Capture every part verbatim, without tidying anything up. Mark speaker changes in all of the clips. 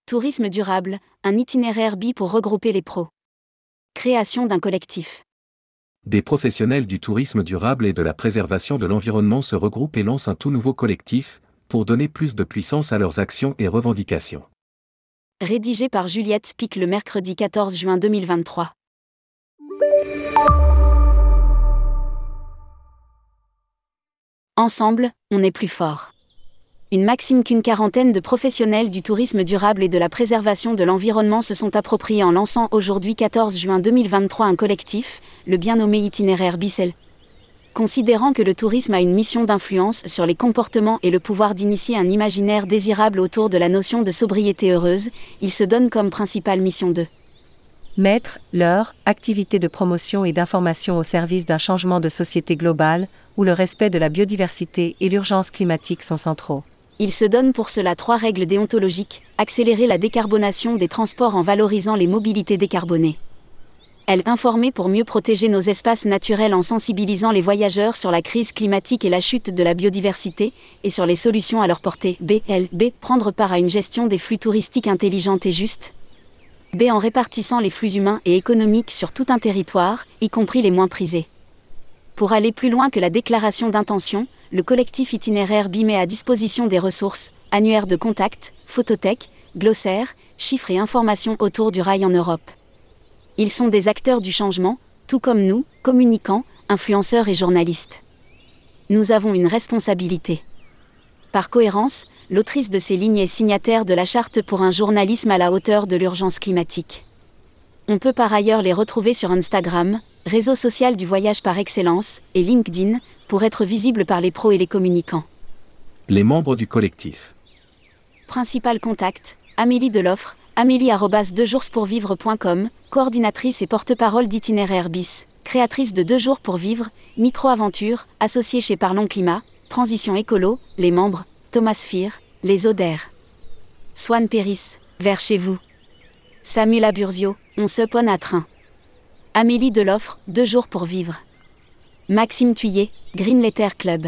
Speaker 1: Tourisme durable, un itinéraire B I pour regrouper les pros. Création d'un collectif.
Speaker 2: Des professionnels du tourisme durable et de la préservation de l'environnement se regroupent et lancent un tout nouveau collectif, pour donner plus de puissance à leurs actions et revendications.
Speaker 1: Rédigé par Juliette Pic le mercredi quatorze juin deux mille vingt-trois. Ensemble, on est plus fort. Une maxime qu'une quarantaine de professionnels du tourisme durable et de la préservation de l'environnement se sont appropriés en lançant aujourd'hui quatorze juin deux mille vingt-trois un collectif, le bien nommé itinéraire B I C E L. Considérant que le tourisme a une mission d'influence sur les comportements et le pouvoir d'initier un imaginaire désirable autour de la notion de sobriété heureuse, il se donne comme principale mission de
Speaker 3: mettre leur activité de promotion et d'information au service d'un changement de société global, où le respect de la biodiversité et l'urgence climatique sont centraux.
Speaker 1: Il se donne pour cela trois règles déontologiques: accélérer la décarbonation des transports en valorisant les mobilités décarbonées. Elle informer pour mieux protéger nos espaces naturels en sensibilisant les voyageurs sur la crise climatique et la chute de la biodiversité, et sur les solutions à leur portée. B. L. B. Prendre part à une gestion des flux touristiques intelligente et juste. B. En répartissant les flux humains et économiques sur tout un territoire, y compris les moins prisés. Pour aller plus loin que la déclaration d'intention, le collectif itinéraire B I met à disposition des ressources, annuaires de contact, photothèques, glossaires, chiffres et informations autour du rail en Europe. Ils sont des acteurs du changement, tout comme nous, communicants, influenceurs et journalistes. Nous avons une responsabilité. Par cohérence, l'autrice de ces lignes est signataire de la charte pour un journalisme à la hauteur de l'urgence climatique. On peut par ailleurs les retrouver sur Instagram, réseau social du voyage par excellence, et LinkedIn, pour être visibles par les pros et les communicants.
Speaker 2: Les membres du collectif.
Speaker 1: Principal contact, Amélie Deloffre, amélie arobase deux jours pour vivre point com, coordinatrice et porte-parole d'itinéraire B I S, créatrice de Deux jours pour vivre, micro-aventure, associée chez Parlons Climat, Transition écolo, les membres, Thomas Fir, les Odeurs. Swan Péris, vers chez vous. Samuel Aburzio, on se ponne à train. Amélie Deloffre, Deux jours pour vivre. Maxime Thuillet, Green Letter Club.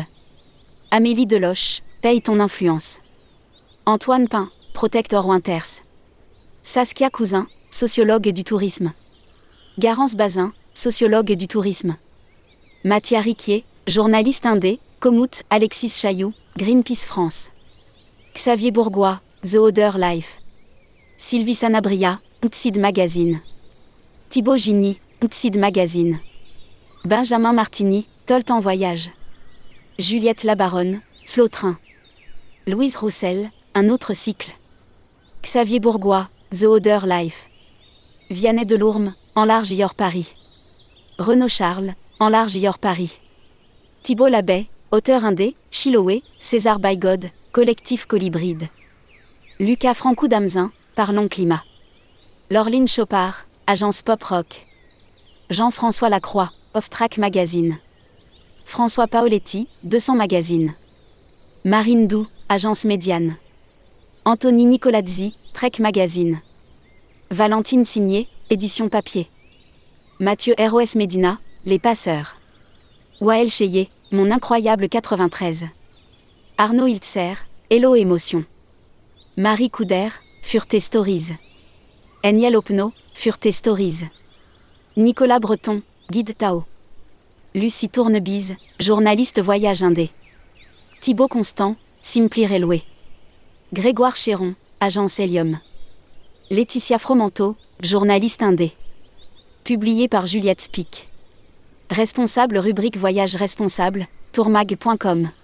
Speaker 1: Amélie Deloche, paye ton influence. Antoine Pin, Protector Winters. Saskia Cousin, sociologue du tourisme. Garance Bazin, sociologue du tourisme. Mathia Riquier, journaliste indé, Komoot, Alexis Chailloux, Greenpeace France. Xavier Bourgois, The Other Life. Sylvie Sanabria, Outseed Magazine. Thibaut Gigny, Outseed Magazine. Benjamin Martini, Tolt en voyage. Juliette Labaronne, Slow Train. Louise Roussel, Un autre cycle. Xavier Bourgois, The Other Life. Vianney Delourme, En large Yor Paris. Renaud Charles, En large Yor Paris. Thibault Labbé, auteur indé, Chiloé, César by God, collectif Colibride. Lucas Francou-Damzin, Parlons Climat. Laureline Chopard, agence Pop Rock. Jean-François Lacroix, Off Track Magazine. François Paoletti, deux cents Magazine. Marine Doux, agence Médiane. Anthony Nicolazzi, Trek Magazine. Valentine Signé, édition papier. Mathieu R O S Médina, Les Passeurs. Wael Cheyé, Mon incroyable quatre-vingt-treize. Arnaud Hiltzer, Hello Émotion. Marie Couder, Fureté Stories. Eniel Opno, Fureté Stories. Nicolas Breton, Guide Tao. Lucie Tournebise, journaliste voyage indé. Thibaut Constant, Simply Railway. Grégoire Chéron, agence Helium. Laetitia Fromanteau, journaliste indé. Publié par Juliette Pic. Responsable rubrique Voyage responsable, tourmag point com.